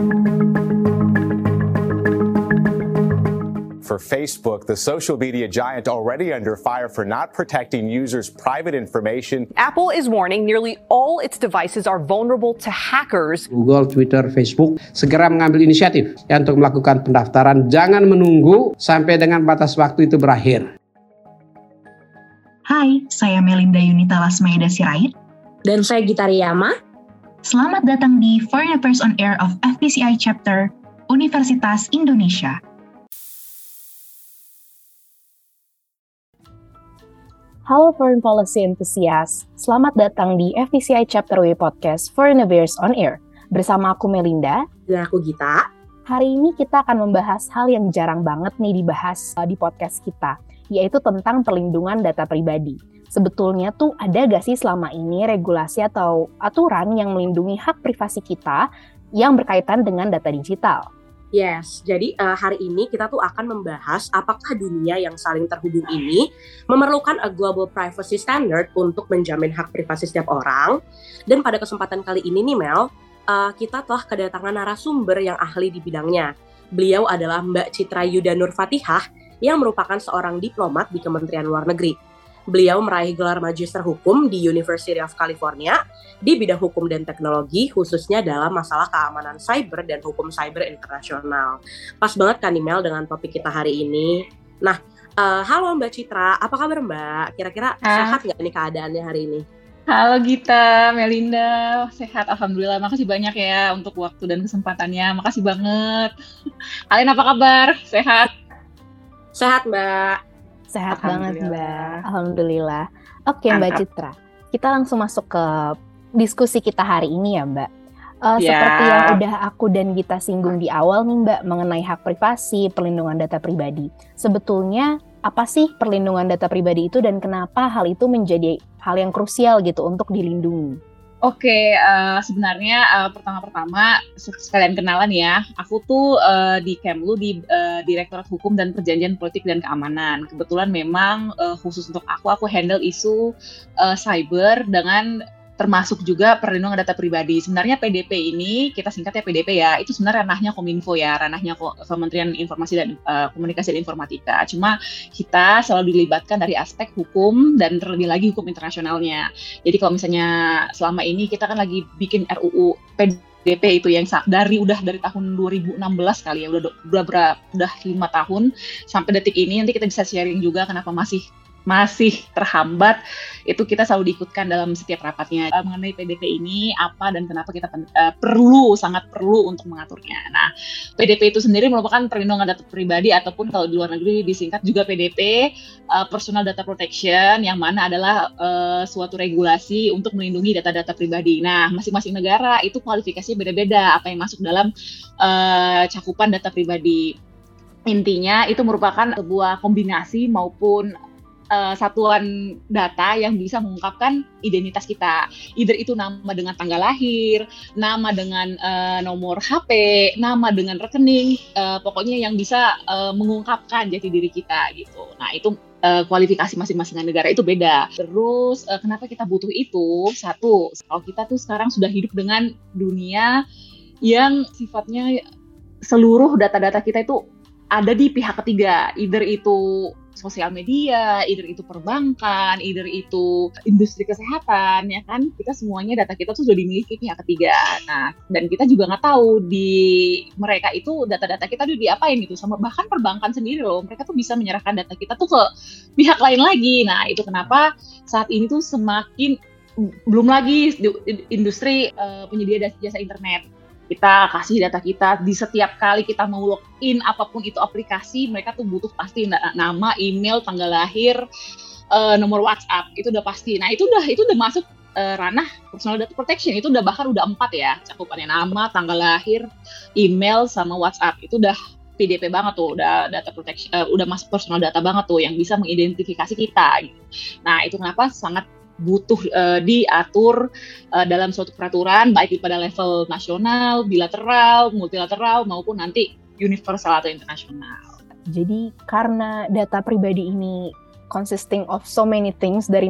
For Facebook, the social media giant already under fire for not protecting users' private information. Apple is warning nearly all its devices are vulnerable to hackers. Google, Twitter, Facebook segera mengambil inisiatif untuk melakukan pendaftaran. Jangan menunggu sampai dengan batas waktu itu berakhir. Hai, saya Melinda Yunita Lasmaida Sirait. Dan saya Gita Riyama. Selamat datang di Foreign Affairs on Air of FPCI Chapter Universitas Indonesia. Halo Foreign Policy Enthusiast, selamat datang di FPCI Chapter W Podcast Foreign Affairs on Air. Bersama aku Melinda. Dan aku Gita. Hari ini kita akan membahas hal yang jarang banget nih dibahas di podcast kita, yaitu tentang perlindungan data pribadi. Sebetulnya tuh ada gak sih selama ini regulasi atau aturan yang melindungi hak privasi kita yang berkaitan dengan data digital? Yes, jadi hari ini kita tuh akan membahas apakah dunia yang saling terhubung ini memerlukan a global privacy standard untuk menjamin hak privasi setiap orang. Dan pada kesempatan kali ini nih Mel, kita telah kedatangan narasumber yang ahli di bidangnya. Beliau adalah Mbak Citra Yuda Nur Fatihah yang merupakan seorang diplomat di Kementerian Luar Negeri. Beliau meraih gelar Magister Hukum di University of California di bidang hukum dan teknologi, khususnya dalam masalah keamanan cyber dan hukum cyber internasional. Pas banget kan Mel dengan topik kita hari ini. Nah, halo Mbak Citra, apa kabar Mbak? Kira-kira sehat nggak nih keadaannya hari ini? Halo Gita, Melinda, sehat Alhamdulillah. Makasih banyak ya untuk waktu dan kesempatannya, makasih banget. Kalian apa kabar? Sehat? Sehat Mbak. Sehat banget Mbak, Alhamdulillah. Oke Mbak Citra, kita langsung masuk ke diskusi kita hari ini ya Mbak. Seperti yang udah aku dan Gita singgung di awal nih Mbak, mengenai hak privasi, perlindungan data pribadi. Sebetulnya apa sih perlindungan data pribadi itu dan kenapa hal itu menjadi hal yang krusial gitu untuk dilindungi? Oke, sebenarnya pertama-tama sekalian kenalan ya. Aku tuh di Kemlu di Direktorat Hukum dan Perjanjian Politik dan Keamanan. Kebetulan memang khusus untuk aku handle isu cyber dengan termasuk juga perlindungan data pribadi. Sebenarnya PDP ini, kita singkat ya PDP ya, itu sebenarnya ranahnya Kominfo ya, ranahnya Kementerian Informasi dan Komunikasi dan Informatika. Cuma kita selalu dilibatkan dari aspek hukum dan terlebih lagi hukum internasionalnya. Jadi kalau misalnya selama ini kita kan lagi bikin RUU PDP itu yang udah dari tahun 2016 kali ya, udah 5 tahun sampai detik ini. Nanti kita bisa sharing juga kenapa masih terhambat, itu kita selalu diikutkan dalam setiap rapatnya mengenai PDP ini apa dan kenapa kita sangat perlu untuk mengaturnya. Nah, PDP itu sendiri merupakan perlindungan data pribadi ataupun kalau di luar negeri disingkat juga PDP, Personal Data Protection, yang mana adalah suatu regulasi untuk melindungi data-data pribadi. Nah, masing-masing negara itu kualifikasinya beda-beda apa yang masuk dalam cakupan data pribadi. Intinya itu merupakan sebuah kombinasi maupun satuan data yang bisa mengungkapkan identitas kita. Either itu nama dengan tanggal lahir, nama dengan nomor HP, nama dengan rekening, pokoknya yang bisa mengungkapkan jati diri kita gitu. Nah, itu kualifikasi masing-masing negara itu beda. Terus kenapa kita butuh itu? Satu, kalau kita tuh sekarang sudah hidup dengan dunia yang sifatnya seluruh data-data kita itu ada di pihak ketiga, either itu sosial media, either itu perbankan, either itu industri kesehatan, ya kan? Kita semuanya data kita tuh sudah dimiliki pihak ketiga. Nah, dan kita juga nggak tahu di mereka itu data-data kita tuh diapain gitu, sama bahkan perbankan sendiri loh, mereka tuh bisa menyerahkan data kita tuh ke pihak lain lagi. Nah, itu kenapa saat ini tuh semakin, belum lagi industri penyedia jasa internet. Kita kasih data kita di setiap kali kita mau login apapun itu aplikasi, mereka tuh butuh pasti nama, email, tanggal lahir, nomor WhatsApp, itu udah pasti. Nah, itu udah masuk ranah personal data protection, itu bahkan udah 4 ya cakupannya, nama, tanggal lahir, email sama WhatsApp. Itu udah PDP banget tuh, udah data protection, udah masuk personal data banget tuh yang bisa mengidentifikasi kita gitu. Nah, itu kenapa sangat butuh diatur dalam suatu peraturan baik pada level nasional, bilateral, multilateral maupun nanti universal atau internasional. Jadi karena data pribadi ini consisting of so many things, dari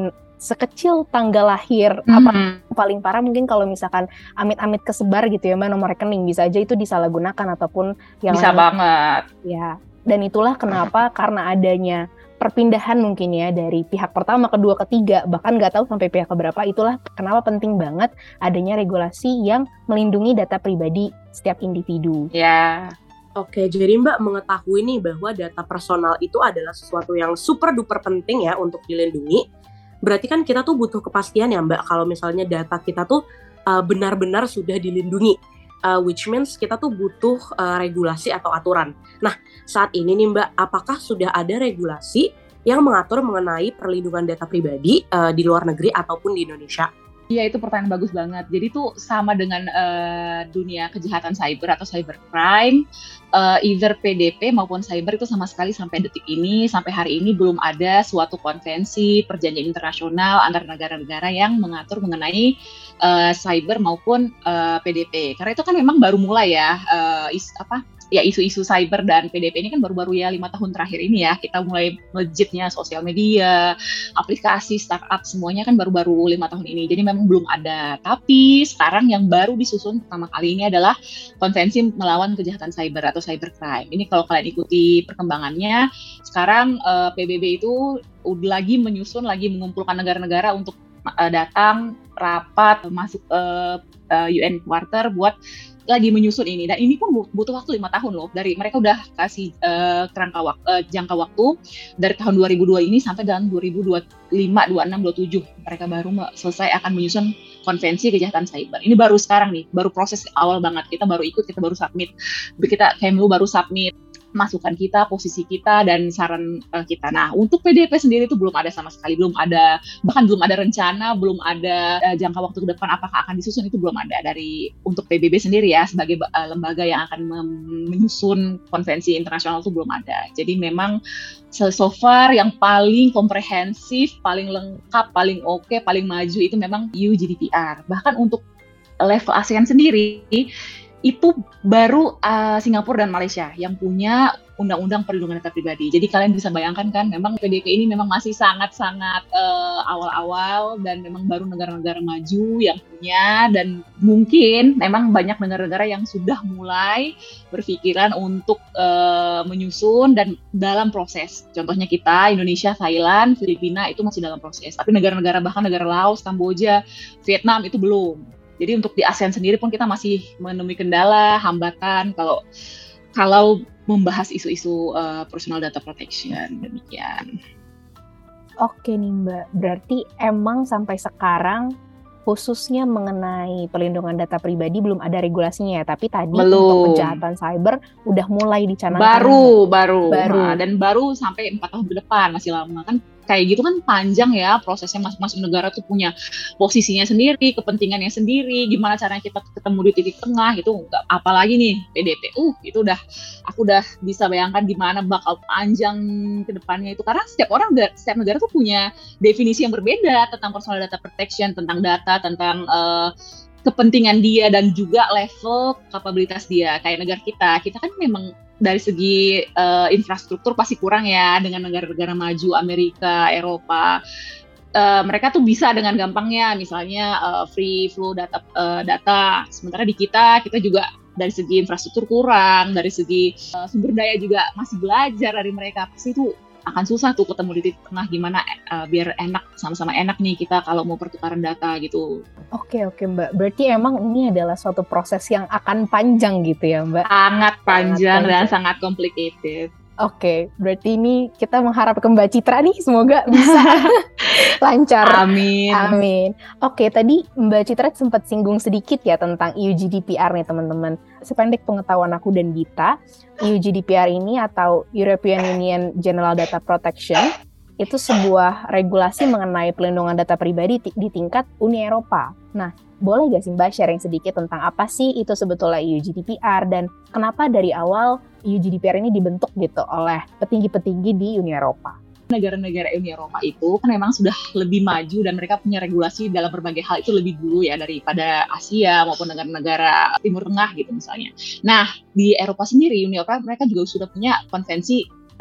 sekecil tanggal lahir. Apa paling parah mungkin kalau misalkan amit-amit kesebar gitu ya Mbak, nomor rekening bisa aja itu disalahgunakan ataupun yang Bisa lain. banget. Ya, dan itulah kenapa karena adanya perpindahan mungkin ya dari pihak pertama, kedua, ketiga, bahkan nggak tahu sampai pihak keberapa, itulah kenapa penting banget adanya regulasi yang melindungi data pribadi setiap individu. Ya. Oke, jadi Mbak mengetahui nih bahwa data personal itu adalah sesuatu yang super duper penting ya untuk dilindungi. Berarti kan kita tuh butuh kepastian ya Mbak kalau misalnya data kita tuh benar-benar sudah dilindungi. Which means kita tuh butuh regulasi atau aturan. Nah, saat ini nih Mbak, apakah sudah ada regulasi yang mengatur mengenai perlindungan data pribadi di luar negeri ataupun di Indonesia? Iya, itu pertanyaan bagus banget. Jadi tuh sama dengan dunia kejahatan cyber atau cybercrime, either PDP maupun cyber itu sama sekali sampai detik ini, sampai hari ini belum ada suatu konvensi perjanjian internasional antar negara-negara yang mengatur mengenai cyber maupun PDP. Karena itu kan memang baru mulai ya, isu-isu cyber dan PDP ini kan baru-baru ya 5 tahun terakhir ini ya, kita mulai melejitnya sosial media, aplikasi, startup, semuanya kan baru-baru 5 tahun ini, jadi memang belum ada. Tapi sekarang yang baru disusun pertama kali ini adalah konvensi melawan kejahatan cyber atau cybercrime. Ini kalau kalian ikuti perkembangannya, sekarang PBB itu lagi menyusun, lagi mengumpulkan negara-negara untuk datang rapat masuk UN Quarter buat lagi menyusun ini, dan ini pun butuh waktu 5 tahun loh. Dari mereka udah kasih jangka waktu dari tahun 2002 ini sampai tahun 2025, 26, 27 mereka baru selesai akan menyusun konvensi kejahatan cyber. Ini baru sekarang nih, baru proses awal banget. Kita baru ikut, kita baru submit. Kita Kemlu baru submit masukan kita, posisi kita, dan saran kita. Nah, untuk PDP sendiri itu belum ada sama sekali, belum ada, bahkan belum ada rencana, belum ada jangka waktu ke depan apakah akan disusun, itu belum ada dari untuk PBB sendiri ya, sebagai lembaga yang akan menyusun konvensi internasional itu belum ada. Jadi memang so far yang paling komprehensif, paling lengkap, paling oke, paling maju itu memang EU GDPR. Bahkan untuk level ASEAN sendiri, itu baru Singapura dan Malaysia yang punya undang-undang perlindungan data pribadi. Jadi kalian bisa bayangkan kan, memang PDP ini memang masih sangat-sangat awal-awal dan memang baru negara-negara maju yang punya, dan mungkin memang banyak negara-negara yang sudah mulai berpikiran untuk menyusun dan dalam proses. Contohnya kita, Indonesia, Thailand, Filipina itu masih dalam proses. Tapi negara-negara, bahkan negara Laos, Kamboja, Vietnam itu belum. Jadi untuk di ASEAN sendiri pun kita masih menemui kendala, hambatan kalau membahas isu-isu personal data protection, demikian. Oke nih Mbak, berarti emang sampai sekarang khususnya mengenai perlindungan data pribadi belum ada regulasinya ya, tapi tadi untuk kejahatan cyber udah mulai dicanangkan. Baru. Nah, dan baru sampai 4 tahun ke depan, masih lama kan. Kayak gitu kan panjang ya prosesnya, masing-masing negara tuh punya posisinya sendiri, kepentingannya sendiri, gimana caranya kita ketemu di titik tengah, itu nggak, apalagi nih PDP, itu aku udah bisa bayangkan gimana bakal panjang ke depannya itu, karena setiap negara tuh punya definisi yang berbeda tentang personal data protection, tentang data, tentang kepentingan dia, dan juga level kapabilitas dia. Kayak negara kita kan memang dari segi infrastruktur pasti kurang ya dengan negara-negara maju, Amerika, Eropa. Mereka tuh bisa dengan gampangnya misalnya free flow data. Sementara di kita juga dari segi infrastruktur kurang, dari segi sumber daya juga masih belajar dari mereka. Pasti itu akan susah tuh ketemu di titik tengah, gimana biar enak, sama-sama enak nih kita kalau mau pertukaran data gitu. Oke Mbak, berarti emang ini adalah suatu proses yang akan panjang gitu ya Mbak? Sangat panjang dan sangat complicated. Oke, berarti ini kita mengharap ke Mbak Citra nih, semoga bisa lancar. Amin. Oke, tadi Mbak Citra sempat singgung sedikit ya tentang EU GDPR nih teman-teman. Sependek pengetahuan aku dan Gita, EU GDPR ini atau European Union General Data Protection itu sebuah regulasi mengenai pelindungan data pribadi di tingkat Uni Eropa. Nah, boleh gak sih Mbak sharing sedikit tentang apa sih itu sebetulnya EU GDPR dan kenapa dari awal EU GDPR ini dibentuk gitu oleh petinggi-petinggi di Uni Eropa? Negara-negara Uni Eropa itu kan memang sudah lebih maju dan mereka punya regulasi dalam berbagai hal itu lebih dulu ya daripada Asia maupun negara-negara Timur Tengah gitu misalnya. Nah, di Eropa sendiri, Uni Eropa mereka juga sudah punya konvensi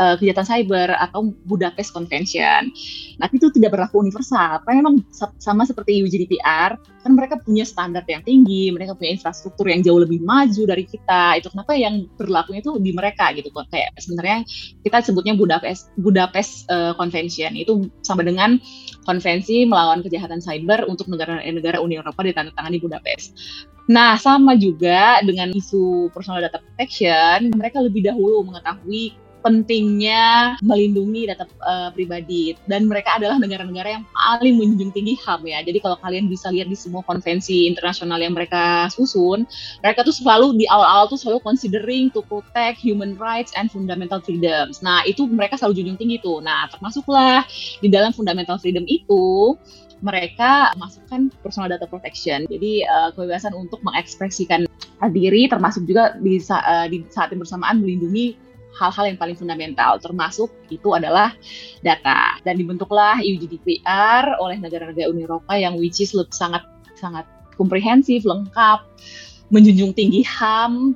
kejahatan cyber atau Budapest Convention. Nah, itu tidak berlaku universal, karena memang sama seperti EU GDPR, kan mereka punya standar yang tinggi, mereka punya infrastruktur yang jauh lebih maju dari kita. Itu kenapa yang berlakunya itu di mereka gitu. Kayak sebenarnya kita sebutnya Budapest Convention, itu sama dengan konvensi melawan kejahatan cyber untuk negara-negara Uni Eropa ditandatangani di Budapest. Nah, sama juga dengan isu personal data protection, mereka lebih dahulu mengetahui pentingnya melindungi data pribadi, dan mereka adalah negara-negara yang paling menjunjung tinggi HAM ya. Jadi kalau kalian bisa lihat di semua konvensi internasional yang mereka susun, mereka tuh selalu di awal-awal tuh selalu considering to protect human rights and fundamental freedoms. Nah, itu mereka selalu junjung tinggi tuh. Nah, termasuklah di dalam fundamental freedom itu mereka masukkan personal data protection. Jadi kebebasan untuk mengekspresikan diri, termasuk juga di saat yang bersamaan melindungi hal-hal yang paling fundamental, termasuk itu adalah data. Dan dibentuklah EU GDPR oleh negara-negara Uni Eropa yang which is sangat komprehensif, lengkap, menjunjung tinggi HAM.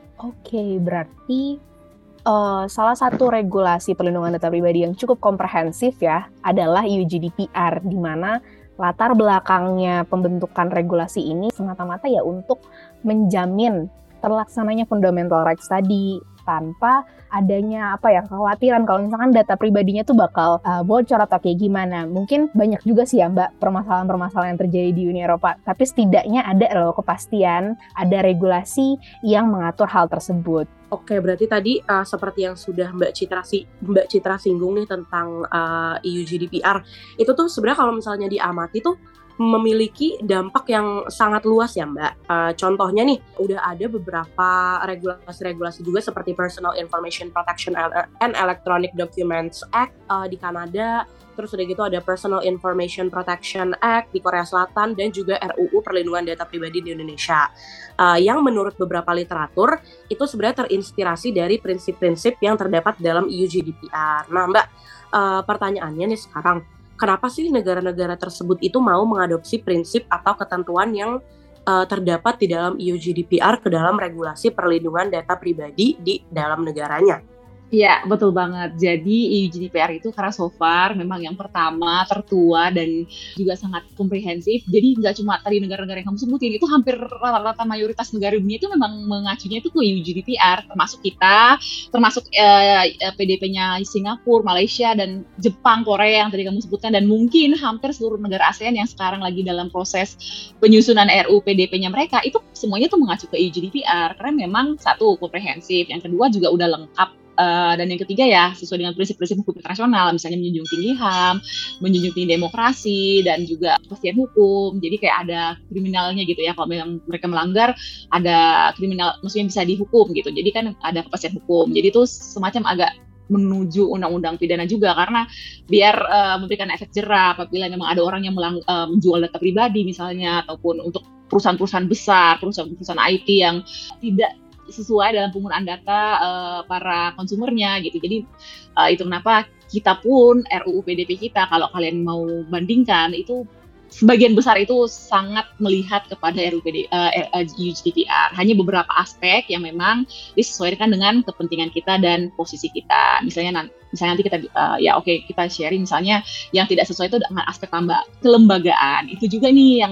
Oke, berarti salah satu regulasi perlindungan data pribadi yang cukup komprehensif ya adalah EU GDPR, di mana latar belakangnya pembentukan regulasi ini semata-mata ya untuk menjamin terlaksananya fundamental rights tadi, tanpa adanya kekhawatiran kalau misalkan data pribadinya tuh bakal bocor atau kayak gimana. Mungkin banyak juga sih ya Mbak permasalahan-permasalahan yang terjadi di Uni Eropa, tapi setidaknya ada loh kepastian, ada regulasi yang mengatur hal tersebut. Oke, berarti tadi seperti yang sudah Mbak Citra singgung nih tentang EU GDPR, itu tuh sebenarnya kalau misalnya diamati tuh memiliki dampak yang sangat luas ya Mbak. Contohnya nih, udah ada beberapa regulasi-regulasi juga seperti Personal Information Protection and Electronic Documents Act di Kanada, terus udah gitu ada Personal Information Protection Act di Korea Selatan, dan juga RUU Perlindungan Data Pribadi di Indonesia. Yang menurut beberapa literatur, itu sebenarnya terinspirasi dari prinsip-prinsip yang terdapat dalam EU GDPR. Nah Mbak, pertanyaannya nih sekarang, kenapa sih negara-negara tersebut itu mau mengadopsi prinsip atau ketentuan yang terdapat di dalam EU GDPR ke dalam regulasi perlindungan data pribadi di dalam negaranya? Iya, betul banget. Jadi EU GDPR itu karena so far memang yang pertama, tertua, dan juga sangat komprehensif. Jadi nggak cuma tadi negara-negara yang kamu sebutin, itu hampir rata-rata mayoritas negara dunia itu memang mengacunya itu ke EU GDPR, termasuk kita, termasuk PDP-nya Singapura, Malaysia, dan Jepang, Korea yang tadi kamu sebutkan, dan mungkin hampir seluruh negara ASEAN yang sekarang lagi dalam proses penyusunan RUU PDP-nya mereka, itu semuanya tuh mengacu ke EU GDPR, karena memang satu, komprehensif, yang kedua juga udah lengkap, dan yang ketiga ya sesuai dengan prinsip-prinsip hukum internasional, misalnya menjunjung tinggi HAM, menjunjung tinggi demokrasi, dan juga kepastian hukum. Jadi kayak ada kriminalnya gitu ya, kalau memang mereka melanggar ada kriminal, maksudnya bisa dihukum gitu. Jadi kan ada kepastian hukum. Jadi itu semacam agak menuju undang-undang pidana juga, karena biar memberikan efek jera apabila memang ada orang yang menjual data pribadi misalnya, ataupun untuk perusahaan-perusahaan besar, perusahaan IT yang tidak sesuai dalam penggunaan data para konsumernya gitu. Jadi itu kenapa kita pun RUU PDP kita, kalau kalian mau bandingkan, itu sebagian besar itu sangat melihat kepada RUU GDPR. Hanya beberapa aspek yang memang disesuaikan dengan kepentingan kita dan posisi kita. Misalnya nanti kita kita sharing, misalnya yang tidak sesuai itu dengan aspek tambah kelembagaan. Itu juga nih yang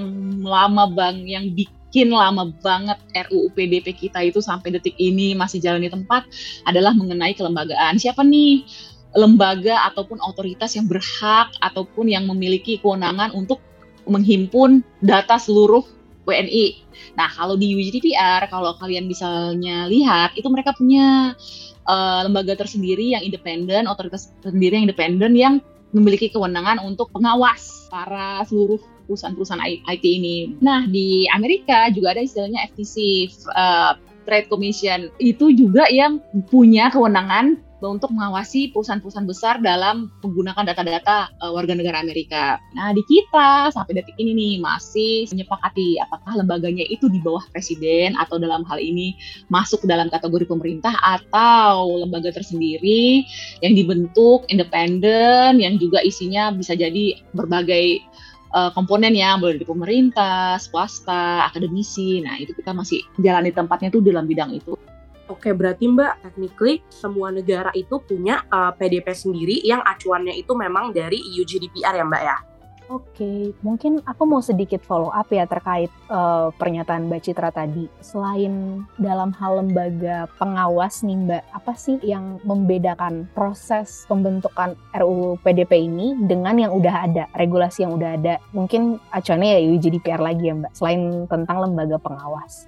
bikin lama banget RUU PDP kita itu sampai detik ini masih jalan di tempat, adalah mengenai kelembagaan. Siapa nih lembaga ataupun otoritas yang berhak ataupun yang memiliki kewenangan untuk menghimpun data seluruh WNI. Nah, kalau di GDPR, kalau kalian misalnya lihat, itu mereka punya lembaga tersendiri yang independen, otoritas tersendiri yang independen yang memiliki kewenangan untuk pengawas para seluruh perusahaan-perusahaan IT ini. Nah, di Amerika juga ada istilahnya FTC, Trade Commission. Itu juga yang punya kewenangan untuk mengawasi perusahaan-perusahaan besar dalam menggunakan data-data warga negara Amerika. Nah, di kita sampai detik ini nih masih menyepakati apakah lembaganya itu di bawah presiden atau dalam hal ini masuk dalam kategori pemerintah atau lembaga tersendiri yang dibentuk independen, yang juga isinya bisa jadi berbagai komponen ya, boleh dari pemerintah, swasta, akademisi. Nah, itu kita masih jalani tempatnya tuh dalam bidang itu. Oke, berarti Mbak, technically semua negara itu punya PDP sendiri yang acuannya itu memang dari EU GDPR ya Mbak ya? Oke, mungkin aku mau sedikit follow up ya terkait pernyataan Mbak Citra tadi. Selain dalam hal lembaga pengawas nih Mbak, apa sih yang membedakan proses pembentukan RUU PDP ini dengan yang udah ada, regulasi yang udah ada? Mungkin acuannya ya EU GDPR lagi ya Mbak, selain tentang lembaga pengawas.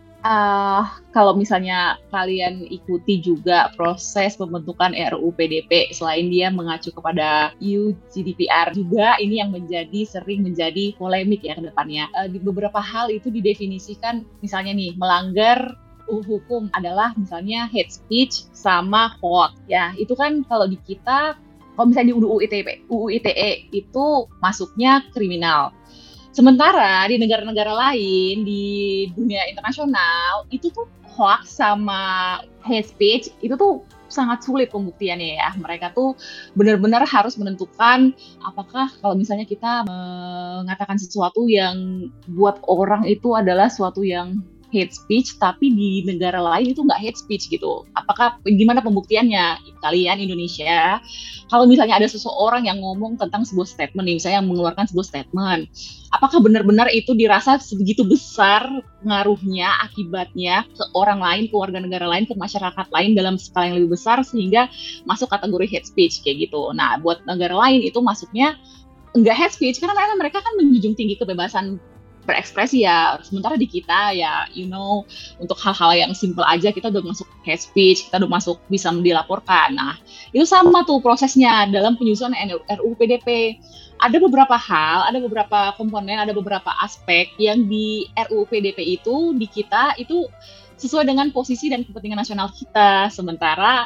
Kalau misalnya kalian ikuti juga proses pembentukan RUU PDP, selain dia mengacu kepada EU GDPR juga, ini yang sering menjadi polemik ya ke depannya. Di beberapa hal itu didefinisikan, misalnya nih, melanggar hukum adalah misalnya hate speech sama hoax. Ya, itu kan kalau di kita, kalau misalnya di UU ITE itu masuknya kriminal. Sementara di negara-negara lain di dunia internasional itu tuh hoax sama hate speech itu tuh sangat sulit pembuktiannya ya. Mereka tuh benar-benar harus menentukan apakah kalau misalnya kita mengatakan sesuatu yang buat orang itu adalah sesuatu yang hate speech, tapi di negara lain itu nggak hate speech gitu. Apakah gimana pembuktiannya? Kalian Indonesia, kalau misalnya ada seseorang yang ngomong tentang sebuah statement, misalnya yang mengeluarkan sebuah statement, apakah benar-benar itu dirasa sebegitu besar pengaruhnya, akibatnya ke orang lain, ke warga negara lain, ke masyarakat lain dalam skala yang lebih besar sehingga masuk kategori hate speech kayak gitu. Nah, buat negara lain itu masuknya nggak hate speech karena mereka kan menjunjung tinggi kebebasan berekspresi ya, sementara di kita ya untuk hal-hal yang simple aja kita udah masuk hate speech, kita udah masuk bisa dilaporkan. Nah itu sama tuh prosesnya dalam penyusunan RUU PDP. Ada beberapa hal, ada beberapa komponen, ada beberapa aspek yang di RUU PDP itu di kita itu sesuai dengan posisi dan kepentingan nasional kita, sementara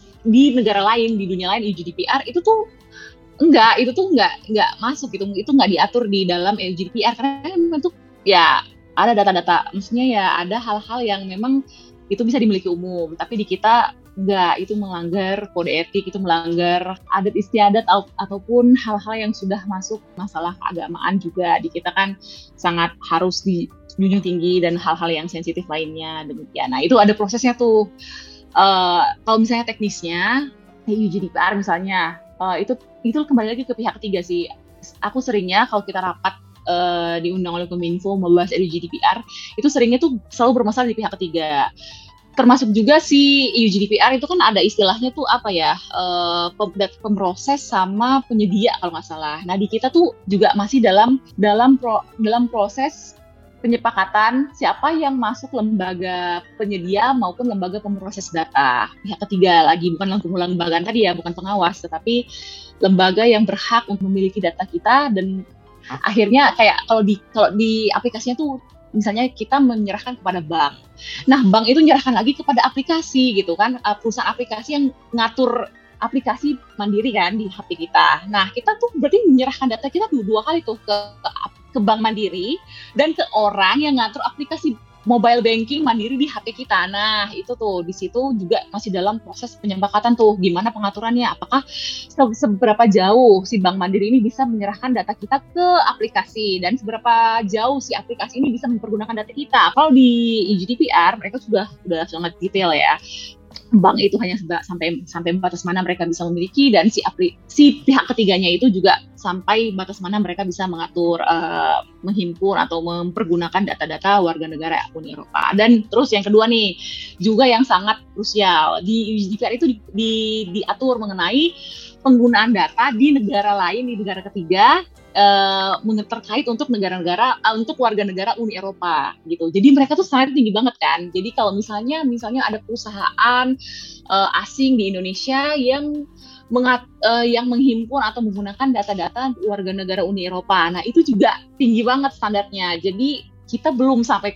di negara lain, di dunia lain, di GDPR itu tuh enggak, itu tuh enggak masuk gitu, itu enggak diatur di dalam GDPR karena memang tuh ya ada data-data, maksudnya ya ada hal-hal yang memang itu bisa dimiliki umum, tapi di kita enggak, itu melanggar kode etik, itu melanggar adat istiadat ataupun hal-hal yang sudah masuk masalah keagamaan juga. Di kita kan sangat harus dijunjung tinggi dan hal-hal yang sensitif lainnya demikian. Nah itu ada prosesnya tuh. Kalau misalnya teknisnya EU GDPR misalnya, itu kembali lagi ke pihak ketiga sih. Aku seringnya kalau kita rapat diundang oleh Kominfo membahas RUU GDPR, itu seringnya tuh selalu bermasalah di pihak ketiga. Termasuk juga si EU GDPR itu kan ada istilahnya tuh apa ya, pemproses sama penyedia kalau nggak salah. Nah di kita tuh juga masih dalam proses penyepakatan siapa yang masuk lembaga penyedia maupun lembaga pemproses data. Pihak ketiga lagi, bukan lembaga tadi ya, bukan pengawas, tetapi lembaga yang berhak untuk memiliki data kita. Dan akhirnya kayak kalau di aplikasinya tuh misalnya kita menyerahkan kepada bank. Nah, bank itu menyerahkan lagi kepada aplikasi gitu kan, perusahaan aplikasi yang ngatur aplikasi mandiri kan di HP kita. Nah, kita tuh berarti menyerahkan data kita dua kali tuh ke bank mandiri dan ke orang yang ngatur aplikasi mobile banking mandiri di HP kita. Nah, itu tuh di situ juga masih dalam proses penyepakatan tuh gimana pengaturannya, apakah seberapa jauh si bank mandiri ini bisa menyerahkan data kita ke aplikasi dan seberapa jauh si aplikasi ini bisa mempergunakan data kita. Kalau di GDPR mereka sudah sangat detail ya. Bank itu hanya sampai batas mana mereka bisa memiliki, dan si pihak ketiganya itu juga sampai batas mana mereka bisa mengatur, menghimpun atau mempergunakan data-data warga negara Uni Eropa. Dan terus yang kedua nih, juga yang sangat krusial di GDPR itu diatur mengenai penggunaan data di negara lain, di negara ketiga, terkait untuk untuk warga negara Uni Eropa gitu. Jadi mereka tuh sangat tinggi banget kan. Jadi kalau misalnya ada perusahaan asing di Indonesia yang menghimpun atau menggunakan data-data warga negara Uni Eropa, nah itu juga tinggi banget standarnya. Jadi kita belum sampai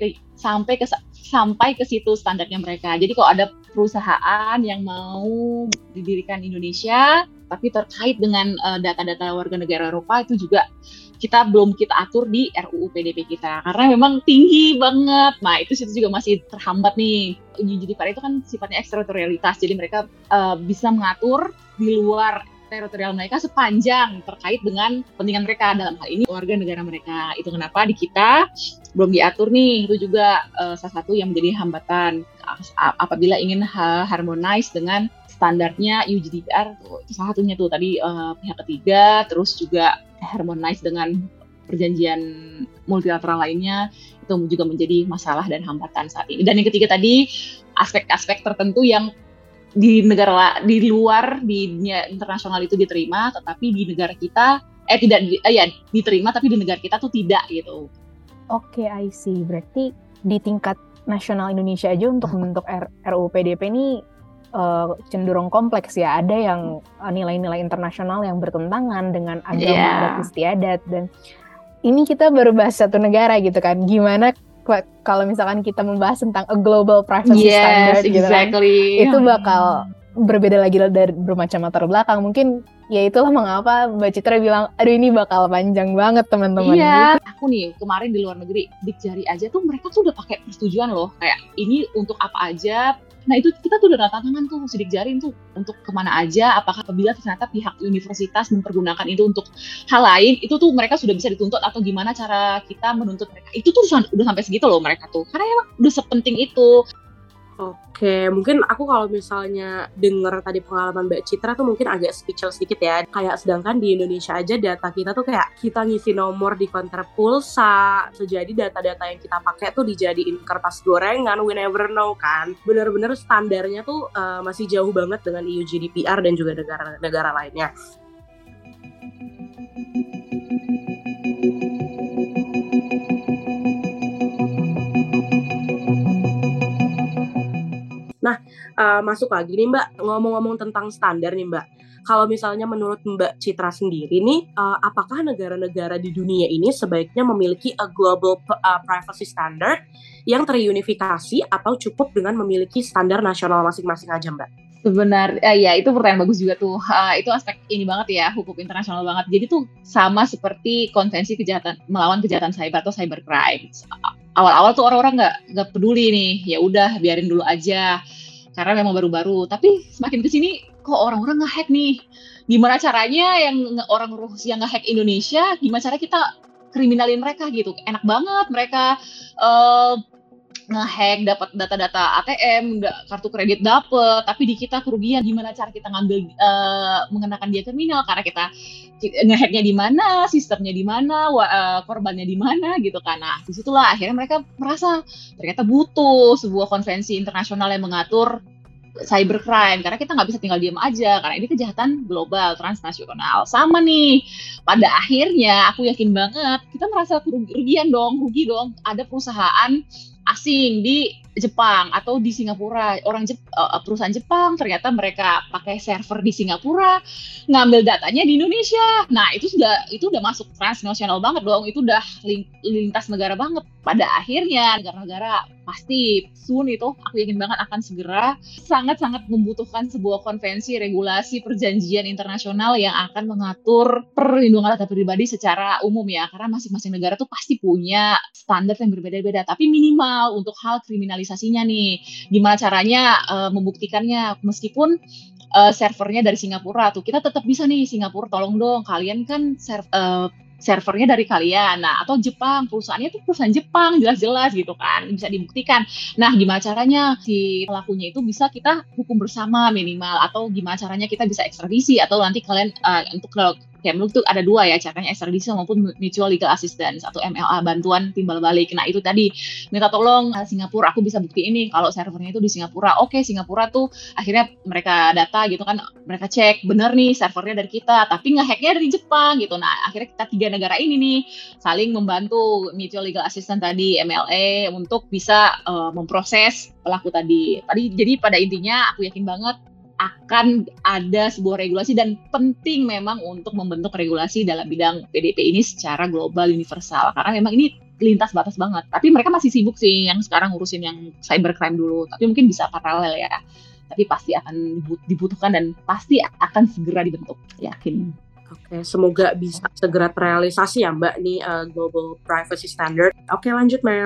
ke situ standarnya mereka. Jadi kalau ada perusahaan yang mau didirikan Indonesia tapi terkait dengan data-data warga negara Eropa, itu juga belum kita atur di RUU PDP kita karena memang tinggi banget. Nah itu situ juga masih terhambat nih. GDPR itu kan sifatnya ekstraterialitas, jadi mereka bisa mengatur di luar teritorial mereka sepanjang terkait dengan kepentingan mereka, dalam hal ini warga negara mereka. Itu kenapa di kita belum diatur nih, itu juga salah satu yang menjadi hambatan apabila ingin harmonize dengan standarnya EU GDPR. Itu salah satunya tuh tadi pihak ketiga, terus juga harmonize dengan perjanjian multilateral lainnya, itu juga menjadi masalah dan hambatan saat ini. Dan yang ketiga tadi, aspek-aspek tertentu yang di negara di luar di dunia internasional itu diterima, tetapi di negara kita tidak diterima, tapi di negara kita tuh tidak gitu. Oke, I see. Berarti di tingkat nasional Indonesia aja untuk membentuk RUU PDP ini cenderung kompleks ya. Ada yang nilai-nilai internasional yang bertentangan dengan agama adat istiadat, dan ini kita baru bahas satu negara gitu kan. Gimana kalau misalkan kita membahas tentang a global privacy standard gitu kan, itu bakal berbeda lagi dari bermacam latar belakang. Mungkin ya itulah mengapa Mbak Citra bilang, aduh ini bakal panjang banget teman-teman. Iya, aku nih kemarin di luar negeri, Dikjari aja tuh mereka tuh udah pakai persetujuan loh, kayak ini untuk apa aja. Nah itu kita tuh udah tanda tangan tuh, sidik jari tuh untuk kemana aja, apakah apabila ternyata pihak universitas mempergunakan itu untuk hal lain, itu tuh mereka sudah bisa dituntut atau gimana cara kita menuntut mereka. Itu tuh udah sampai segitu loh mereka tuh, karena emang udah sepenting itu. Oke, mungkin aku kalau misalnya denger tadi pengalaman Mbak Citra tuh mungkin agak speechless sedikit ya. Kayak sedangkan di Indonesia aja data kita tuh kayak kita ngisi nomor di konter pulsa. Jadi data-data yang kita pakai tuh dijadiin kertas gorengan, we never know kan. Bener-bener standarnya tuh masih jauh banget dengan EU GDPR dan juga negara-negara lainnya. Nah, masuk lagi nih Mbak, ngomong-ngomong tentang standar nih Mbak. Kalau misalnya menurut Mbak Citra sendiri nih, apakah negara-negara di dunia ini sebaiknya memiliki a global privacy standard yang terunifikasi atau cukup dengan memiliki standar nasional masing-masing aja Mbak? Sebenarnya, ya itu pertanyaan bagus juga tuh. Itu aspek ini banget ya, hukum internasional banget. Jadi tuh sama seperti konvensi melawan kejahatan cyber atau cybercrime. Awal-awal tuh orang-orang nggak peduli nih, ya udah biarin dulu aja, karena memang baru-baru. Tapi semakin kesini, kok orang-orang nge-hack nih. Gimana caranya yang orang Rusia nge-hack Indonesia? Gimana cara kita kriminalin mereka gitu? Enak banget mereka nge-hack, dapat data-data ATM, kartu kredit dapet, tapi di kita kerugian. Gimana cara kita mengenakan dia kriminal? Karena kita nge-hacknya di mana, sistemnya di mana, korbannya di mana gitu kan. Nah, disitulah akhirnya mereka merasa ternyata butuh sebuah konvensi internasional yang mengatur cybercrime, karena kita nggak bisa tinggal diam aja, karena ini kejahatan global, transnasional. Sama nih, pada akhirnya aku yakin banget kita merasa rugi dong. Ada perusahaan asing di Jepang atau di Singapura, perusahaan Jepang ternyata mereka pakai server di Singapura, ngambil datanya di Indonesia. Nah itu udah masuk transnasional banget dong, itu udah lintas negara banget. Pada akhirnya negara-negara pasti soon itu aku yakin banget akan segera sangat-sangat membutuhkan sebuah konvensi, regulasi, perjanjian internasional yang akan mengatur perlindungan data pribadi secara umum ya, karena masing-masing negara tuh pasti punya standar yang berbeda-beda, tapi minimal untuk hal kriminalisasinya nih, gimana caranya membuktikannya, meskipun servernya dari Singapura tuh, kita tetap bisa nih, Singapura tolong dong, kalian kan servernya dari kalian, nah atau Jepang, perusahaannya tuh perusahaan Jepang, jelas-jelas gitu kan, bisa dibuktikan. Nah gimana caranya si pelakunya itu bisa kita hukum bersama minimal, atau gimana caranya kita bisa ekstradisi, atau nanti kalian untuk Kemlu tuh ada dua ya caranya, ekstradisi maupun mutual legal assistance atau MLA, bantuan timbal balik. Nah itu tadi minta tolong Singapura, aku bisa bukti ini kalau servernya itu di Singapura. Oke, Singapura tuh akhirnya mereka data gitu kan, mereka cek bener nih servernya dari kita, tapi nge-hacknya dari Jepang gitu. Nah akhirnya kita tiga negara ini nih saling membantu mutual legal assistance tadi, MLA, untuk bisa memproses pelaku tadi. Jadi pada intinya aku yakin banget akan ada sebuah regulasi, dan penting memang untuk membentuk regulasi dalam bidang PDP ini secara global universal, karena memang ini lintas batas banget. Tapi mereka masih sibuk sih yang sekarang ngurusin yang cybercrime dulu, tapi mungkin bisa paralel ya, tapi pasti akan dibutuhkan dan pasti akan segera dibentuk, yakin. Oke, semoga bisa segera terrealisasi ya Mbak nih Global Privacy Standard. Oke, lanjut Mel.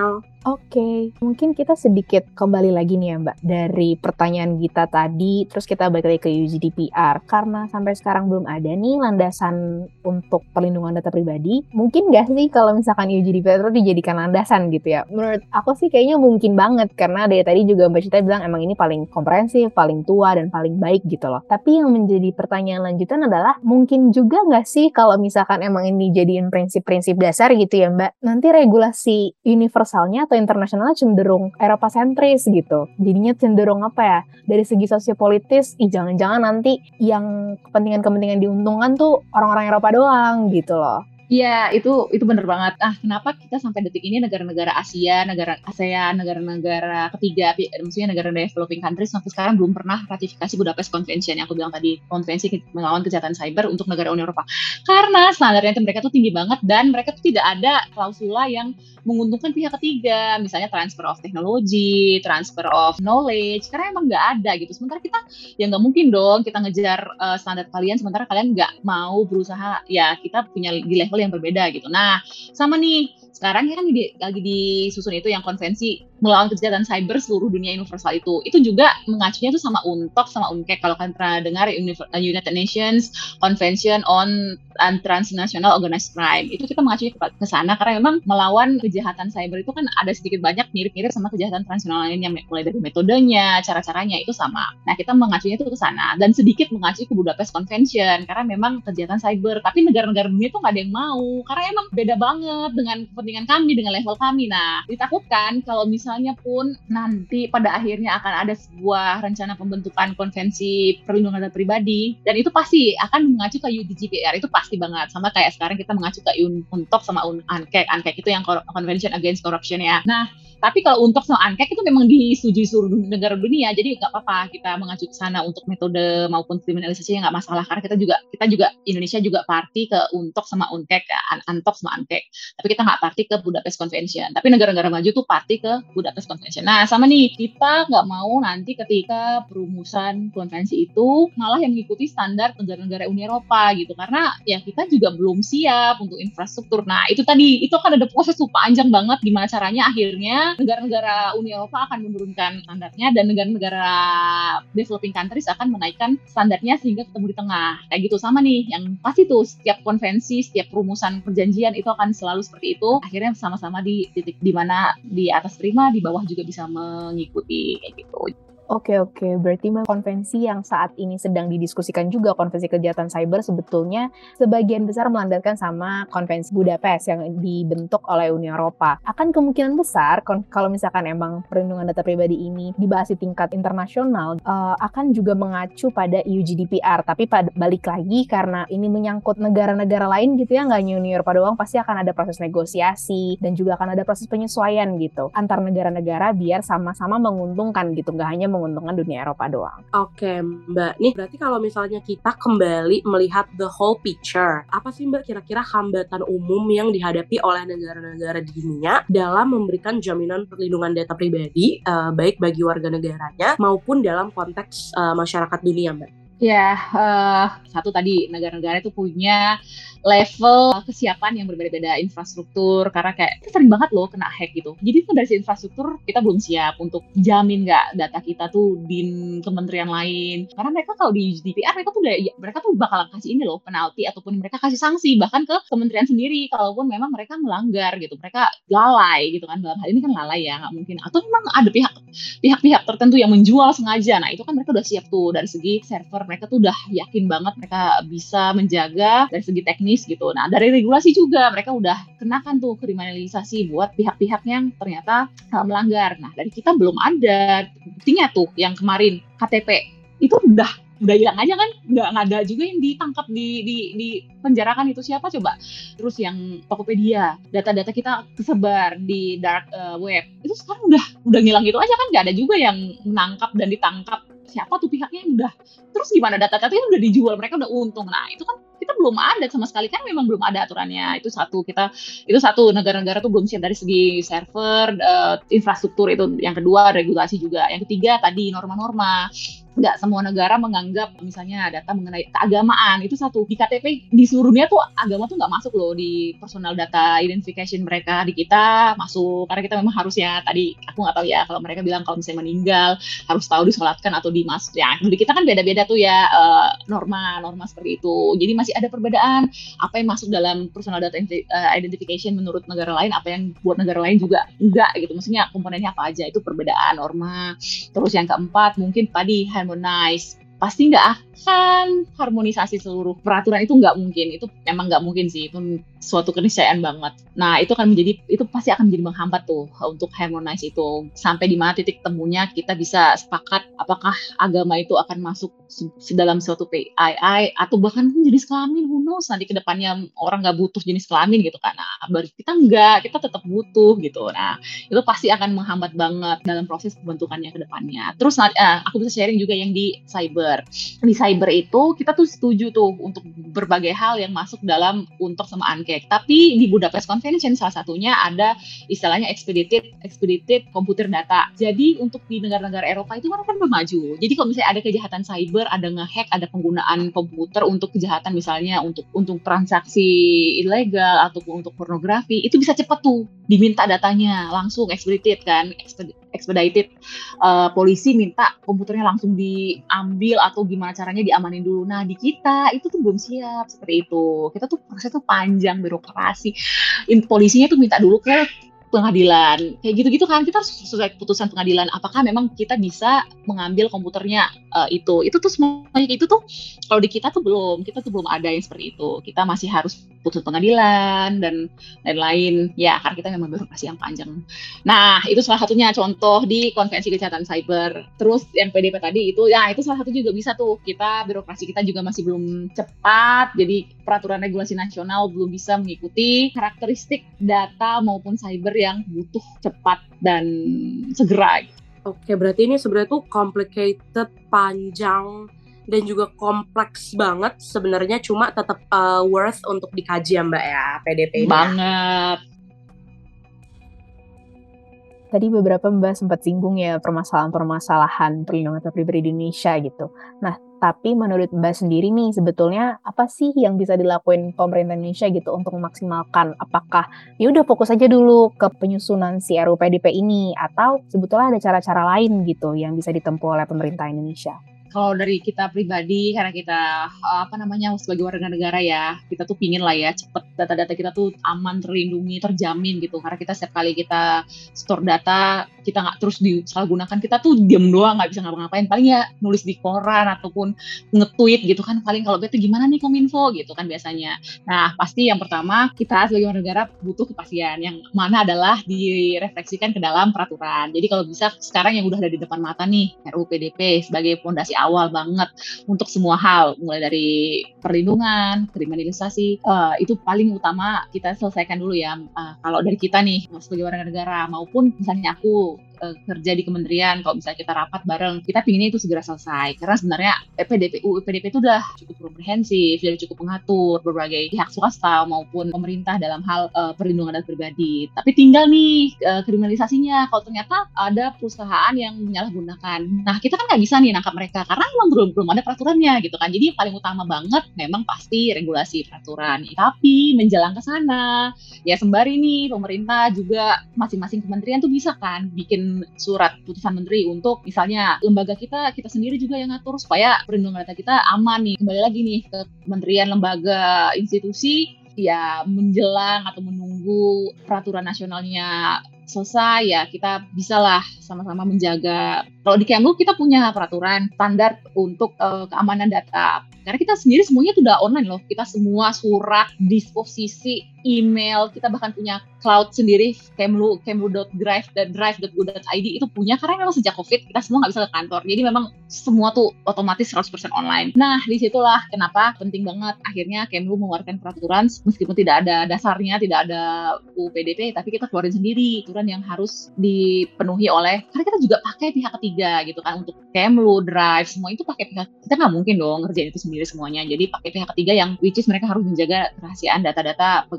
Oke, mungkin kita sedikit kembali lagi nih ya Mbak, dari pertanyaan kita tadi, terus kita balik lagi ke UGDPR. Karena sampai sekarang belum ada nih landasan untuk perlindungan data pribadi, mungkin nggak sih kalau misalkan UGDPR itu dijadikan landasan gitu ya? Menurut aku sih kayaknya mungkin banget, karena dari tadi juga Mbak Citra bilang emang ini paling komprehensif, paling tua, dan paling baik gitu loh. Tapi yang menjadi pertanyaan lanjutan adalah, mungkin juga nggak sih kalau misalkan emang ini jadiin prinsip-prinsip dasar gitu ya Mbak, nanti regulasi universalnya atau internasionalnya cenderung Eropa sentris gitu. Jadinya cenderung apa ya, dari segi sosiopolitis, jangan-jangan nanti yang kepentingan-kepentingan diuntungkan tuh orang-orang Eropa doang gitu loh. Iya, itu benar banget. Kenapa kita sampai detik ini negara-negara Asia, negara ASEAN, negara-negara ketiga, maksudnya negara developing countries sampai sekarang belum pernah ratifikasi Budapest Convention yang aku bilang tadi, konvensi melawan kejahatan cyber untuk negara Uni Eropa. Karena standarnya mereka tuh tinggi banget dan mereka tuh tidak ada klausula yang menguntungkan pihak ketiga, misalnya transfer of technology, transfer of knowledge, karena emang nggak ada gitu. Sementara kita, ya nggak mungkin dong kita ngejar standar kalian, sementara kalian nggak mau berusaha, ya kita punya di level yang berbeda gitu. Nah, sama nih, sekarang kan lagi disusun itu yang konvensi melawan kejahatan cyber seluruh dunia universal itu juga mengacunya tuh sama UNTOC sama UNCEC. Kalau kalian pernah dengar United Nations Convention on Transnational Organized Crime, itu kita mengacunya ke sana karena memang melawan kejahatan cyber itu kan ada sedikit banyak mirip-mirip sama kejahatan transnasional lainnya, mulai dari metodenya, cara-caranya itu sama. Nah, kita mengacunya tuh ke sana dan sedikit mengacu ke Budapest Convention karena memang kejahatan cyber, tapi negara-negara dunia tuh nggak ada yang mau karena emang beda banget dengan kepentingan kami, dengan level kami. Nah, ditakutkan kalau misalnya pun nanti pada akhirnya akan ada sebuah rencana pembentukan konvensi perlindungan data pribadi, dan itu pasti akan mengacu ke UGDPR, itu pasti banget. Sama kayak sekarang kita mengacu ke UNTOC sama UNCEC. UNCEC itu yang Convention Against Corruption ya. Nah, tapi kalau UNTOC sama UNCEC itu memang disetujui seluruh negara dunia, jadi nggak apa-apa kita mengacu ke sana untuk metode maupun kriminalisasinya, nggak masalah karena kita juga Indonesia juga party ke UNTOC sama UNCEC, UNTOC sama UNCEC. Tapi kita nggak party ke Budapest Convention. Tapi negara-negara maju tuh party ke Budapest Convention. Nah, sama nih, kita nggak mau nanti ketika perumusan konvensi itu malah yang mengikuti standar negara-negara Uni Eropa gitu, karena ya kita juga belum siap untuk infrastruktur. Nah, itu tadi, itu kan ada proses tuh panjang banget gimana caranya akhirnya negara-negara Uni Eropa akan menurunkan standarnya dan negara-negara developing countries akan menaikkan standarnya sehingga ketemu di tengah. Kayak gitu. Sama nih, yang pasti tuh setiap konvensi, setiap perumusan perjanjian itu akan selalu seperti itu. Akhirnya sama-sama di titik di mana di atas terima, di bawah juga bisa mengikuti kayak gitu. Oke, berarti konvensi yang saat ini sedang didiskusikan juga, konvensi kejahatan cyber, sebetulnya sebagian besar melandatkan sama konvensi Budapest yang dibentuk oleh Uni Eropa. Akan kemungkinan besar, kalau misalkan emang perlindungan data pribadi ini dibahas di tingkat internasional, akan juga mengacu pada UGDPR. Tapi balik lagi, karena ini menyangkut negara-negara lain gitu ya, nggak hanya Uni Eropa doang, pasti akan ada proses negosiasi, dan juga akan ada proses penyesuaian gitu, antar negara-negara biar sama-sama menguntungkan gitu, nggak hanya menguntungkan dunia Eropa doang. Oke, Mbak. Nih, berarti kalau misalnya kita kembali melihat the whole picture, apa sih Mbak kira-kira hambatan umum yang dihadapi oleh negara-negara di dunia dalam memberikan jaminan perlindungan data pribadi, baik bagi warga negaranya maupun dalam konteks masyarakat dunia, Mbak? Ya, satu tadi negara-negara itu punya level kesiapan yang berbeda-beda, infrastruktur, karena kayak kita sering banget loh kena hack gitu. Jadi itu dari infrastruktur kita belum siap untuk jamin nggak data kita tuh di kementerian lain. Karena mereka kalau di GDPR mereka tuh bakal kasih ini loh penalti ataupun mereka kasih sanksi bahkan ke kementerian sendiri kalaupun memang mereka melanggar gitu. Mereka lalai gitu kan, dalam hal ini kan lalai ya, nggak mungkin. Atau memang ada pihak-pihak tertentu yang menjual sengaja. Nah itu kan mereka udah siap tuh dari segi server, mereka tuh udah yakin banget mereka bisa menjaga dari segi teknis gitu. Nah, dari regulasi juga mereka udah kenakan tuh kriminalisasi buat pihak-pihak yang ternyata melanggar. Nah, dari kita belum ada buktinya tuh yang kemarin KTP itu udah hilang aja kan, nggak ada juga yang ditangkap di penjarakan. Itu siapa coba? Terus yang Tokopedia, data-data kita tersebar di dark web, itu sekarang udah ngilang gitu aja kan, nggak ada juga yang menangkap dan ditangkap. Siapa tuh pihaknya yang udah, terus gimana data-data itu udah dijual, mereka udah untung. Nah itu kan kita belum ada sama sekali kan, memang belum ada aturannya. Itu satu negara-negara tuh belum siap dari segi server, infrastruktur itu. Yang kedua regulasi juga. Yang ketiga tadi norma-norma. nggak semua negara menganggap misalnya data mengenai keagamaan itu satu. Di KTP di seluruh dunia tuh agama tuh nggak masuk loh di personal data identification mereka. Di kita masuk karena kita memang harusnya, tadi aku nggak tahu ya kalau mereka bilang kalau misalnya meninggal harus tahu disolatkan atau dimas. Ya di kita kan beda-beda tuh ya norma seperti itu. Jadi masih ada perbedaan apa yang masuk dalam personal data identification menurut negara lain, apa yang buat negara lain juga enggak gitu. Maksudnya komponennya apa aja, itu perbedaan norma. Terus yang keempat mungkin tadi harmonize. Pasti nggak akan harmonisasi seluruh peraturan, itu nggak mungkin. Itu memang nggak mungkin sih, itu suatu keniscayaan banget. Nah itu pasti akan menjadi menghambat tuh untuk harmonize itu. Sampai di mana titik temunya kita bisa sepakat apakah agama itu akan masuk dalam suatu PII atau bahkan jenis kelamin, who knows, nanti kedepannya orang nggak butuh jenis kelamin gitu kan. Nah baru kita tetap butuh gitu. Nah itu pasti akan menghambat banget dalam proses pembentukannya kedepannya. Terus aku bisa sharing juga yang di cyber. Di cyber itu kita tuh setuju tuh untuk berbagai hal yang masuk dalam UNTOC sama ANKEK. Tapi di Budapest Convention salah satunya ada istilahnya expedited computer data. Jadi untuk di negara-negara Eropa itu kan maju. Jadi kalau misalnya ada kejahatan cyber, ada ngehack, ada penggunaan komputer untuk kejahatan misalnya untuk transaksi ilegal ataupun untuk pornografi, itu bisa cepat tuh diminta datanya langsung expedited. Polisi minta komputernya langsung diambil atau gimana caranya diamanin dulu. Nah di kita itu tuh belum siap seperti itu. Kita tuh prosesnya tuh panjang, birokrasi. Polisinya tuh minta dulu ke pengadilan, kayak gitu-gitu kan. Kita harus sesuai keputusan pengadilan apakah memang kita bisa mengambil komputernya itu tuh semuanya itu tuh kalau di kita tuh belum ada yang seperti itu. Kita masih harus putus pengadilan dan lain-lain ya, karena kita memang birokrasi yang panjang. Nah itu salah satunya contoh di konvensi kejahatan cyber. Terus yang PDP tadi itu ya, itu salah satu juga bisa tuh, kita birokrasi kita juga masih belum cepat, jadi peraturan regulasi nasional belum bisa mengikuti karakteristik data maupun cyber yang butuh cepat dan segera. Oke, berarti ini sebenarnya tuh complicated, panjang, dan juga kompleks banget sebenarnya, cuma tetap worth untuk dikaji ya Mbak ya, PDP ini. Banget. Tadi beberapa Mbak sempat singgung ya permasalahan perlindungan data pribadi di Indonesia gitu. Nah, tapi menurut Mbak sendiri nih, sebetulnya apa sih yang bisa dilakuin pemerintah Indonesia gitu untuk memaksimalkan? Apakah ya udah fokus aja dulu ke penyusunan si RUU PDP ini, atau sebetulnya ada cara-cara lain gitu yang bisa ditempuh oleh pemerintah Indonesia? Kalau dari kita pribadi, karena kita sebagai warga negara ya, kita tuh pingin lah ya cepet data-data kita tuh aman, terlindungi, terjamin gitu. Karena kita setiap kali kita store data, kita nggak terus disalahgunakan, kita tuh diam doang, nggak bisa ngapa-ngapain. Paling ya nulis di koran ataupun nge-tweet gitu kan. Paling kalau betul gimana nih Kominfo gitu kan biasanya. Nah pasti yang pertama kita sebagai warga negara butuh kepastian, yang mana adalah direfleksikan ke dalam peraturan. Jadi kalau bisa sekarang yang udah ada di depan mata nih, RUU PDP sebagai fondasi awal banget untuk semua hal, mulai dari perlindungan, kriminalisasi, itu paling utama kita selesaikan dulu ya. Kalau dari kita nih sebagai warga negara, maupun misalnya aku kerja di kementerian, kalau misalnya kita rapat bareng, kita pinginnya itu segera selesai, karena sebenarnya PDP itu udah cukup komprehensif, sudah cukup mengatur berbagai pihak swasta maupun pemerintah dalam hal perlindungan data pribadi. Tapi tinggal nih kriminalisasinya, kalau ternyata ada perusahaan yang menyalahgunakan, nah kita kan nggak bisa nih nangkap mereka karena memang belum ada peraturannya gitu kan. Jadi yang paling utama banget memang pasti regulasi peraturan. Tapi menjelang ke sana ya sembari nih pemerintah juga masing-masing kementerian tuh bisa kan bikin surat putusan menteri untuk misalnya lembaga kita sendiri juga yang ngatur supaya perlindungan data kita aman nih. Kembali lagi nih ke kementerian, lembaga, institusi, ya menjelang atau menunggu peraturan nasionalnya selesai ya kita bisalah sama-sama menjaga. Kalau di Kemlu kita punya peraturan standar untuk keamanan data. Karena kita sendiri semuanya tuh udah online loh. Kita semua surat, disposisi, email, kita bahkan punya cloud sendiri, Kemlu.drive dan drive.go.id itu punya, karena memang sejak COVID kita semua nggak bisa ke kantor. Jadi memang semua tuh otomatis 100% online. Nah, disitulah kenapa penting banget akhirnya Kemlu mengeluarkan peraturan, meskipun tidak ada dasarnya, tidak ada UU PDP, tapi kita keluarin sendiri aturan yang harus dipenuhi oleh, karena kita juga pakai pihak ketiga gitu kan, untuk Kemlu, Drive, semua itu pakai pihak, kita nggak mungkin dong ngerjain itu sendiri semuanya. Jadi pakai pihak ketiga yang which is mereka harus menjaga kerahasiaan data-data pegawai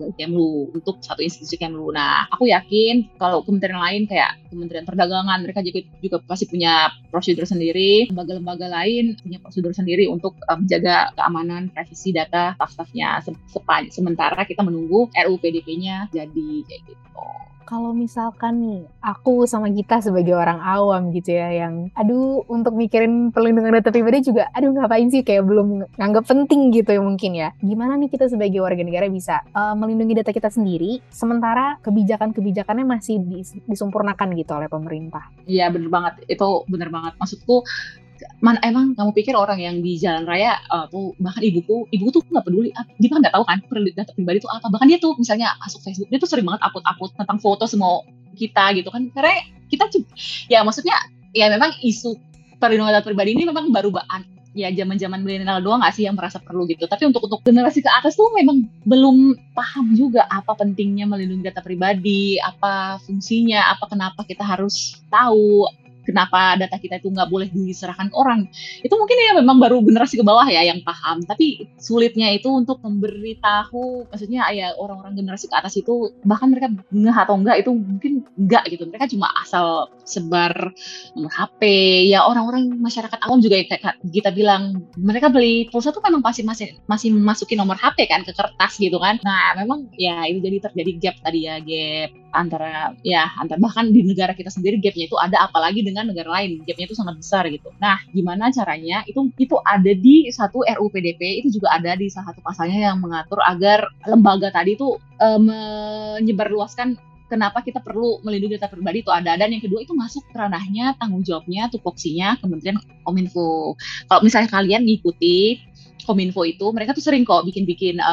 Kemlu, untuk satu institusi Kemlu. Nah, aku yakin kalau kementerian lain kayak Kementerian Perdagangan, mereka juga pasti punya prosedur sendiri. Lembaga-lembaga lain punya prosedur sendiri untuk menjaga keamanan, privasi data staf-stafnya. Sementara kita menunggu RUU PDP-nya jadi kayak gitu. Kalau misalkan nih, aku sama Gita sebagai orang awam gitu ya, yang untuk mikirin perlindungan data pribadi juga, ngapain sih, kayak belum nganggap penting gitu ya mungkin ya. Gimana nih kita sebagai warga negara bisa melindungi data kita sendiri, sementara kebijakan-kebijakannya masih disempurnakan gitu oleh pemerintah. Iya bener banget, itu bener banget. Maksudku, emang kamu pikir orang yang di jalan raya tuh, bahkan ibuku tuh nggak peduli, dia kan nggak tahu kan data pribadi itu apa. Bahkan dia tuh misalnya masuk Facebook, dia tuh sering banget upload tentang foto semua kita gitu kan, karena kita ya maksudnya ya memang isu perlindungan data pribadi ini memang baru ya zaman milenial doang nggak sih yang merasa perlu gitu. Tapi untuk generasi ke atas tuh memang belum paham juga apa pentingnya melindungi data pribadi, apa fungsinya, apa kenapa kita harus tahu, kenapa data kita itu nggak boleh diserahkan ke orang. Itu mungkin ya memang baru generasi ke bawah ya yang paham. Tapi sulitnya itu untuk memberitahu, maksudnya ya orang-orang generasi ke atas itu, bahkan mereka ngeh atau enggak itu mungkin enggak gitu. Mereka cuma asal sebar nomor HP. Ya orang-orang masyarakat awam juga kayak kita bilang, mereka beli pulsa tuh memang masih masukin nomor HP kan ke kertas gitu kan. Nah memang ya itu jadi terjadi gap tadi ya, gap antara bahkan di negara kita sendiri gapnya itu ada, apalagi dengan negara lain gapnya itu sangat besar gitu. Nah gimana caranya, itu ada di satu RUU PDP, itu juga ada di salah satu pasalnya yang mengatur agar lembaga tadi itu menyebarluaskan kenapa kita perlu melindungi data pribadi itu ada. Dan yang kedua itu masuk ranahnya, tanggung jawabnya, tupoksinya Kementerian Kominfo. Kalau misalnya kalian ngikuti Kominfo itu, mereka tuh sering kok bikin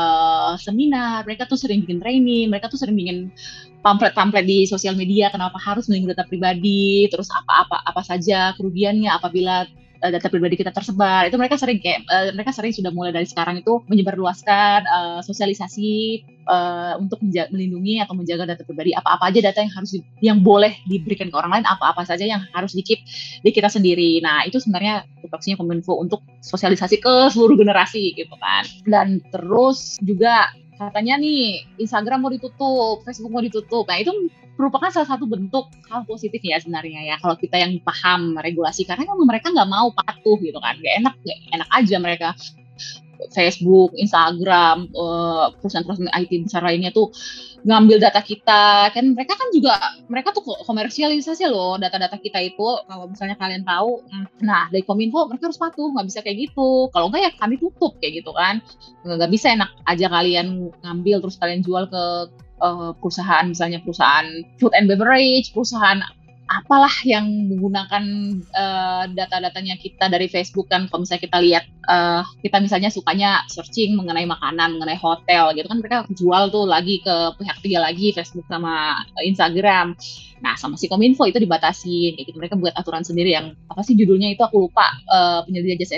seminar, mereka tuh sering bikin training, mereka tuh sering bikin pamflet di sosial media kenapa harus melindungi data pribadi, terus apa saja kerugiannya apabila data pribadi kita tersebar. Itu mereka sering sudah mulai dari sekarang itu menyebarluaskan sosialisasi untuk melindungi atau menjaga data pribadi. Apa aja data yang boleh diberikan ke orang lain, apa saja yang harus di-keep di kita sendiri. Nah itu sebenarnya tupoksinya Kominfo untuk sosialisasi ke seluruh generasi gitu kan. Dan terus juga katanya nih Instagram mau ditutup, Facebook mau ditutup. Nah itu merupakan salah satu bentuk hal positif ya sebenarnya ya, kalau kita yang paham regulasi, karena memang mereka nggak mau patuh gitu kan, gak enak aja mereka Facebook, Instagram, perusahaan-perusahaan IT besar lainnya tuh ngambil data kita. Kan mereka tuh komersialisasi loh data-data kita itu, kalau misalnya kalian tahu. Nah dari Kominfo mereka harus patuh, nggak bisa kayak gitu, kalau nggak ya kami tutup kayak gitu kan. Nggak bisa enak aja kalian ngambil terus kalian jual ke perusahaan, misalnya perusahaan food and beverage, perusahaan apalah yang menggunakan data-datanya kita dari Facebook kan. Kalau misalnya kita lihat, kita misalnya sukanya searching mengenai makanan, mengenai hotel gitu kan, mereka jual tuh lagi ke pihak ketiga lagi, Facebook sama Instagram. Nah sama si Kominfo itu dibatasin kayak gitu, mereka buat aturan sendiri yang apa sih judulnya itu aku lupa, penyedia jasa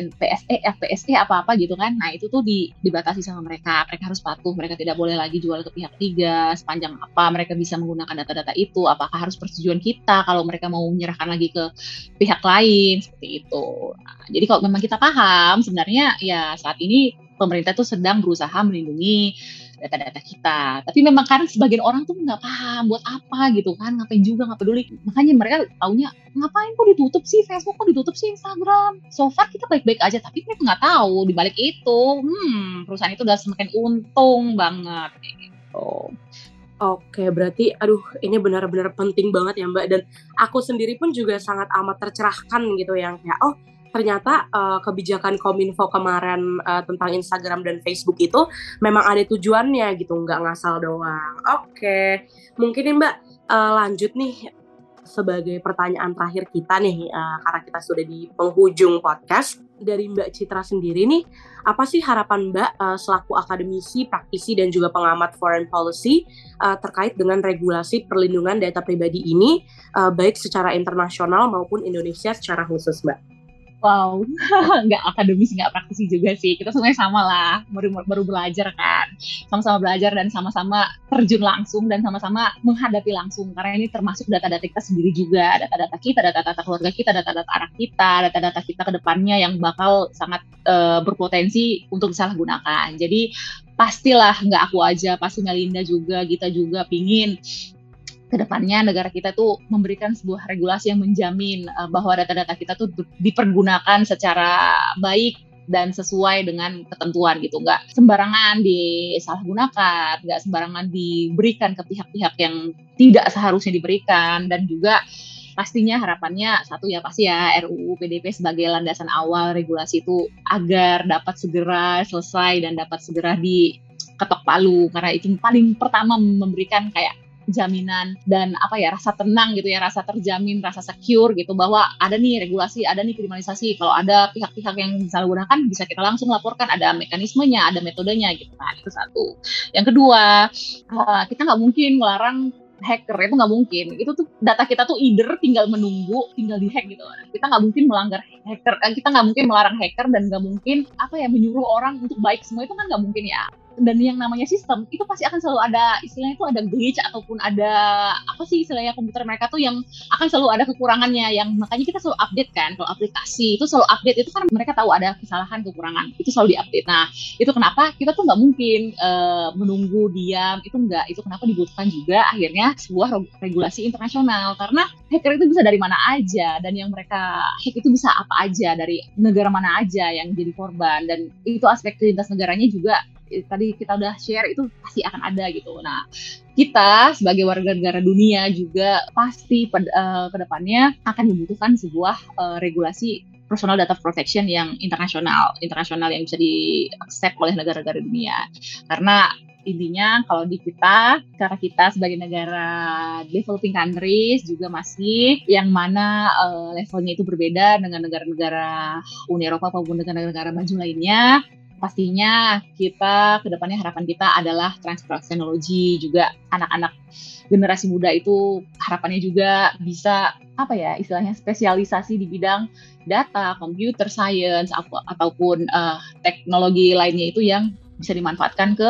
PSE apa gitu kan. Nah itu tuh dibatasi sama mereka harus patuh, mereka tidak boleh lagi jual ke pihak ketiga. Sepanjang apa mereka bisa menggunakan data-data itu, apakah harus persetujuan kita kalau mereka mau menyerahkan lagi ke pihak lain, seperti itu. Nah, jadi kalau memang kita paham, sebenarnya ya saat ini pemerintah tuh sedang berusaha melindungi data-data kita. Tapi memang kan sebagian orang tuh nggak paham buat apa gitu kan, ngapain juga, nggak peduli. Makanya mereka taunya ngapain kok ditutup sih Facebook, kok ditutup sih Instagram. So far kita baik-baik aja, tapi mereka nggak tahu di balik itu perusahaan itu udah semakin untung banget gitu. Oke, berarti ini benar-benar penting banget ya Mbak, dan aku sendiri pun juga sangat amat tercerahkan gitu, yang kayak ternyata kebijakan Kominfo kemarin tentang Instagram dan Facebook itu memang ada tujuannya gitu, nggak ngasal doang. Oke, mungkin nih Mbak lanjut nih sebagai pertanyaan terakhir kita nih, karena kita sudah di penghujung podcast. Dari Mbak Citra sendiri nih, apa sih harapan Mbak selaku akademisi, praktisi, dan juga pengamat foreign policy terkait dengan regulasi perlindungan data pribadi ini, baik secara internasional maupun Indonesia secara khusus Mbak? Wow, nggak akademis, nggak praktisi juga sih. Kita semuanya sama lah, baru belajar kan. Sama-sama belajar dan sama-sama terjun langsung dan sama-sama menghadapi langsung. Karena ini termasuk data-data kita sendiri juga. Data-data kita, data-data keluarga kita, data-data anak kita, data-data kita ke depannya yang bakal sangat berpotensi untuk disalahgunakan. Jadi pastilah nggak aku aja, pasti Melinda juga, Gita juga pingin kedepannya negara kita tuh memberikan sebuah regulasi yang menjamin bahwa data-data kita tuh dipergunakan secara baik dan sesuai dengan ketentuan gitu, nggak sembarangan disalahgunakan, nggak sembarangan diberikan ke pihak-pihak yang tidak seharusnya diberikan. Dan juga pastinya harapannya satu ya pasti ya RUU PDP sebagai landasan awal regulasi itu agar dapat segera selesai dan dapat segera diketok palu, karena itu paling pertama memberikan kayak jaminan dan rasa tenang gitu ya, rasa terjamin, rasa secure gitu bahwa ada nih regulasi, ada nih kriminalisasi. Kalau ada pihak-pihak yang disalahgunakan bisa kita langsung laporkan, ada mekanismenya, ada metodenya gitu. Nah, itu satu. Yang kedua, kita nggak mungkin melarang hacker, itu nggak mungkin. Itu tuh data kita tuh either tinggal menunggu, tinggal dihack gitu. Kita nggak mungkin melanggar hacker, kita nggak mungkin melarang hacker dan nggak mungkin menyuruh orang untuk baik semua, itu kan nggak mungkin ya. Dan yang namanya sistem itu pasti akan selalu ada, istilahnya itu ada glitch ataupun ada istilahnya komputer mereka tuh yang akan selalu ada kekurangannya, yang makanya kita selalu update kan. Kalau aplikasi itu selalu update, itu kan mereka tahu ada kesalahan, kekurangan, itu selalu diupdate. Nah, itu kenapa kita tuh nggak mungkin menunggu diam, itu kenapa dibutuhkan juga akhirnya sebuah regulasi internasional, karena hacker itu bisa dari mana aja, dan yang mereka hack itu bisa apa aja, dari negara mana aja yang jadi korban, dan itu aspek lintas negaranya juga tadi kita udah share, itu pasti akan ada gitu. Nah, kita sebagai warga negara dunia juga pasti ke depannya akan membutuhkan sebuah regulasi personal data protection yang internasional yang bisa di-accept oleh negara-negara dunia. Karena intinya kalau karena kita sebagai negara developing countries juga masih yang mana levelnya itu berbeda dengan negara-negara Uni Eropa maupun negara-negara maju lainnya. Pastinya kita kedepannya harapan kita adalah transfer of teknologi, juga anak-anak generasi muda itu harapannya juga bisa istilahnya spesialisasi di bidang data, computer science ataupun teknologi lainnya itu yang bisa dimanfaatkan ke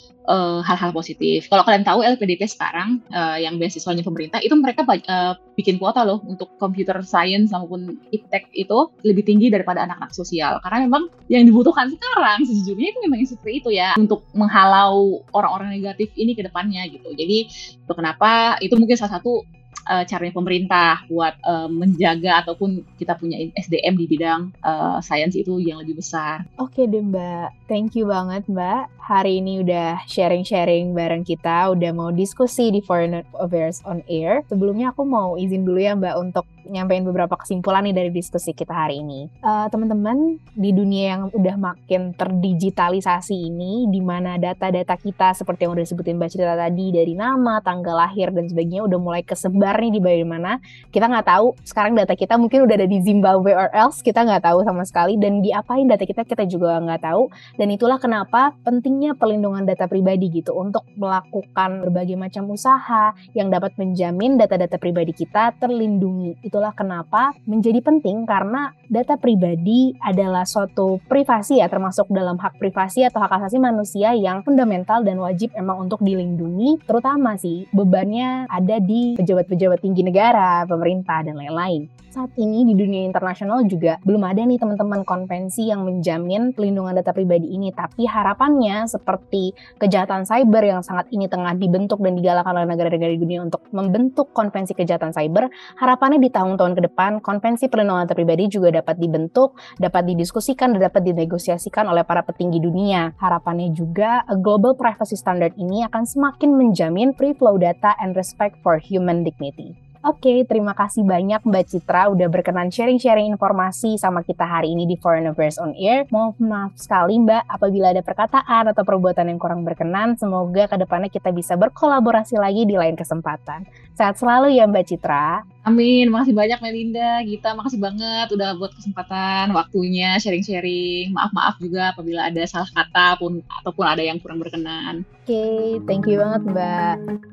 hal-hal positif. Kalau kalian tahu LPDP sekarang yang beasiswanya pemerintah itu mereka bikin kuota loh untuk computer science maupun iptek itu lebih tinggi daripada anak-anak sosial, karena memang yang dibutuhkan sekarang sejujurnya itu memang seperti itu ya, untuk menghalau orang-orang negatif ini ke depannya gitu. Jadi itu kenapa itu mungkin salah satu caranya pemerintah buat menjaga ataupun kita punya SDM di bidang sains itu yang lebih besar. Oke deh Mbak, thank you banget Mbak. Hari ini udah sharing-sharing bareng kita, udah mau diskusi di Foreign Affairs on Air. Sebelumnya aku mau izin dulu ya Mbak untuk nyampein beberapa kesimpulan nih dari diskusi kita hari ini. Teman-teman, di dunia yang udah makin terdigitalisasi ini, di mana data-data kita seperti yang udah disebutin Mbak Citra tadi, dari nama, tanggal lahir, dan sebagainya udah mulai kesebar nih di mana-mana. Kita nggak tahu, sekarang data kita mungkin udah ada di Zimbabwe or else, kita nggak tahu sama sekali, dan diapain data kita juga nggak tahu. Dan itulah kenapa pentingnya perlindungan data pribadi gitu, untuk melakukan berbagai macam usaha yang dapat menjamin data-data pribadi kita terlindungi. Itulah kenapa menjadi penting, karena data pribadi adalah suatu privasi ya, termasuk dalam hak privasi atau hak asasi manusia yang fundamental dan wajib emang untuk dilindungi, terutama sih bebannya ada di pejabat-pejabat tinggi negara, pemerintah, dan lain-lain. Saat ini di dunia internasional juga belum ada nih teman-teman konvensi yang menjamin pelindungan data pribadi ini, tapi harapannya seperti kejahatan cyber yang sangat ini tengah dibentuk dan digalakan oleh negara-negara di dunia untuk membentuk konvensi kejahatan cyber, harapannya di tahun-tahun ke depan konvensi perlindungan data pribadi juga dapat dibentuk, dapat didiskusikan, dan dapat dinegosiasikan oleh para petinggi dunia. Harapannya juga global privacy standard ini akan semakin menjamin free flow data and respect for human dignity. Oke, terima kasih banyak Mbak Citra udah berkenan sharing-sharing informasi sama kita hari ini di Foreign Affairs on Air. Mohon maaf sekali Mbak apabila ada perkataan atau perbuatan yang kurang berkenan. Semoga kedepannya kita bisa berkolaborasi lagi di lain kesempatan. Sehat selalu ya Mbak Citra. Amin, makasih banyak Melinda, Gita, makasih banget udah buat kesempatan, waktunya sharing-sharing. Maaf juga apabila ada salah kata ataupun ada yang kurang berkenan. Oke, thank you banget Mbak.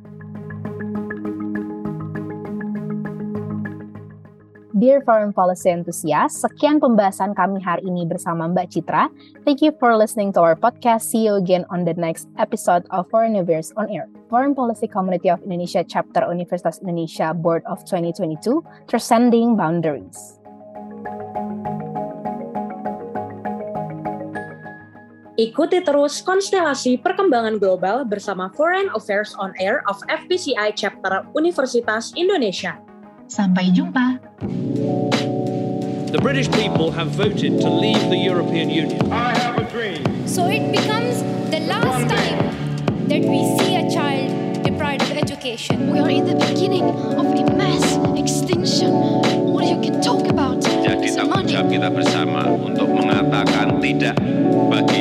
Dear Foreign Policy Enthusiast, sekian pembahasan kami hari ini bersama Mbak Citra. Thank you for listening to our podcast. See you again on the next episode of Foreign Affairs on Air. Foreign Policy Community of Indonesia Chapter Universitas Indonesia Board of 2022, Transcending Boundaries. Ikuti terus konstelasi perkembangan global bersama Foreign Affairs on Air of FPCI Chapter Universitas Indonesia. Sampai jumpa. The British people have voted to leave the European Union. I have a dream. So it becomes the last time that we see a child deprived of education. We are in the beginning of a mass extinction. All you can talk about Jadi tanggung jawab kita bersama untuk mengatakan tidak bagi